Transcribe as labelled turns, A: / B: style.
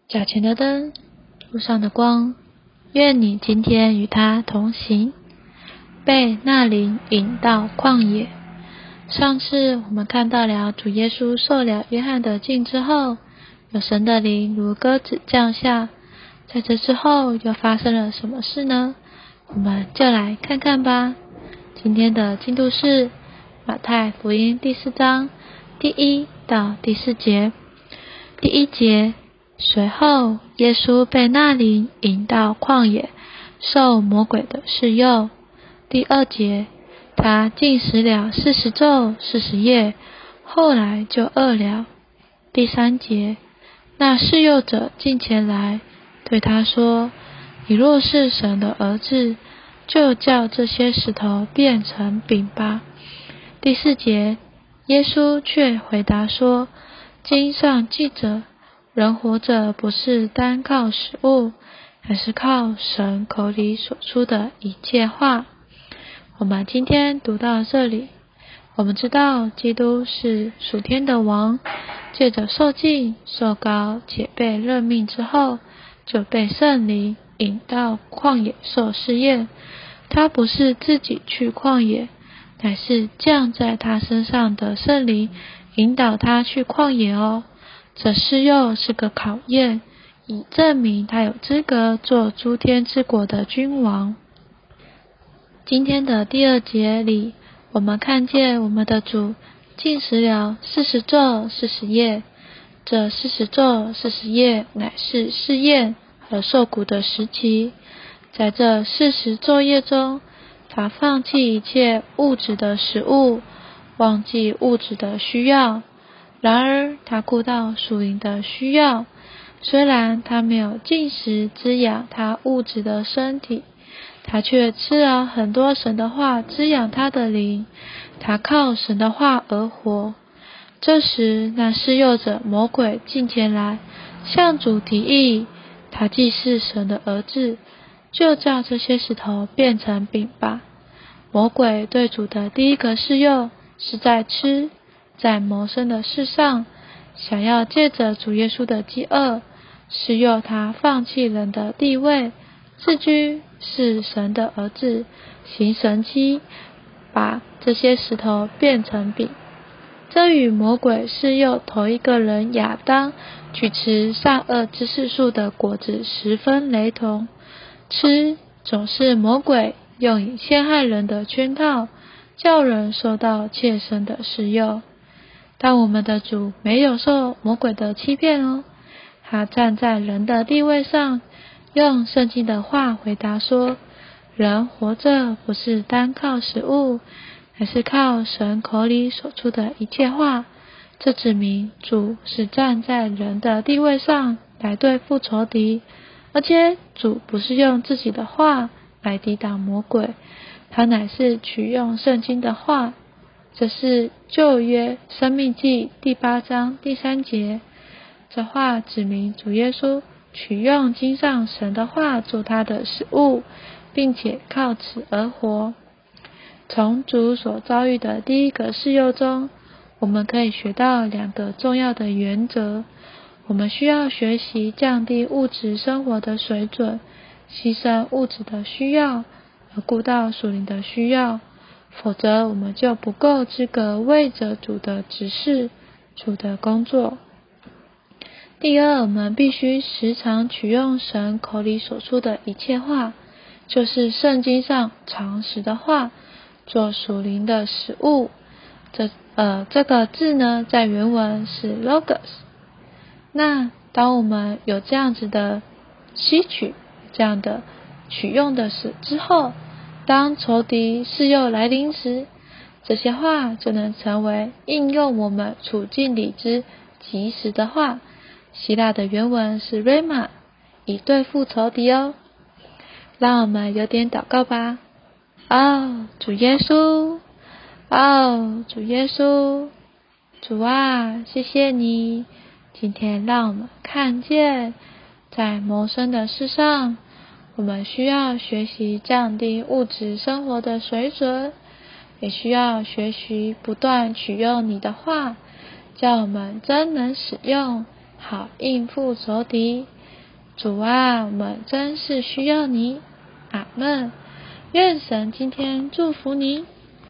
A: 脚前的灯，路上的光，愿你今天与他同行，被那灵引到旷野。上次我们看到了主耶稣受了约翰的浸之后，有神的灵如鸽子降下。在这之后又发生了什么事呢？我们就来看看吧。今天的进度是马太福音第4章第1到第4节。第1节，随后耶稣被那灵引到旷野，受魔鬼的试诱。第2节，他禁食了40昼40夜，后来就饿了。第3节，那试诱者近前来，对他说：你若是神的儿子，就叫这些石头变成饼吧。第4节，耶稣却回答说：经上记着，人活着不是单靠食物，乃是靠神口里所出的一切话。我们今天读到这里，我们知道基督是属天的王，借着受浸、受膏且被任命之后，就被圣灵引到旷野受试验。他不是自己去旷野，乃是降在他身上的圣灵引导他去旷野哦。这试诱是个考验，以证明他有资格做诸天之国的君王。今天的第2节里，我们看见我们的主禁食了40昼40夜。这40昼40夜乃是试验和受苦的时期。在这40昼夜中，他放弃一切物质的食物，忘记物质的需要。然而他顾到属灵的需要，虽然他没有进食滋养他物质的身体，他却吃了很多神的话滋养他的灵，他靠神的话而活。这时那试诱者魔鬼近前来，向主提议，他既是神的儿子，就叫这些石头变成饼吧。魔鬼对主的第一个试诱是在吃，在谋生的事上，想要借着主耶稣的饥饿，试诱他放弃人的地位，自居是神的儿子，行神迹，把这些石头变成饼。这与魔鬼试诱头一个人亚当去吃善恶知识树的果子十分雷同。吃总是魔鬼用以陷害人的圈套，叫人受到切身的试诱。但我们的主没有受魔鬼的欺骗哦，他站在人的地位上，用圣经的话回答说：人活着不是单靠食物，乃是靠神口里所出的一切话。这指明主是站在人的地位上来对付仇敌，而且主不是用自己的话来抵挡魔鬼，他乃是取用圣经的话。这是旧约申命记第8章第3节。这话指明主耶稣取用经上神的话做他的食物，并且靠此而活。从主所遭遇的第一个试诱中，我们可以学到2个重要的原则。我们需要学习降低物质生活的水准，牺牲物质的需要，而顾到属灵的需要，否则我们就不够资格为着主的指示、主的工作。第二，我们必须时常取用神口里所出的一切话，就是圣经上常识的话，做属灵的食物。这个字呢，在原文是 logos。那当我们有这样子的吸取，这样的取用的之后，当仇敌试诱来临时，这些话就能成为应用我们处境里之及时的话。希腊的原文是 rhema， 以对付仇敌哦。让我们有点祷告吧。主耶稣，主耶稣，主啊，谢谢你，今天让我们看见，在谋生的事上，我们需要学习降低物质生活的水准，也需要学习不断取用你的话，叫我们真能使用，好应付仇敌， 主啊，我们真是需要你。阿们。愿神今天祝福你。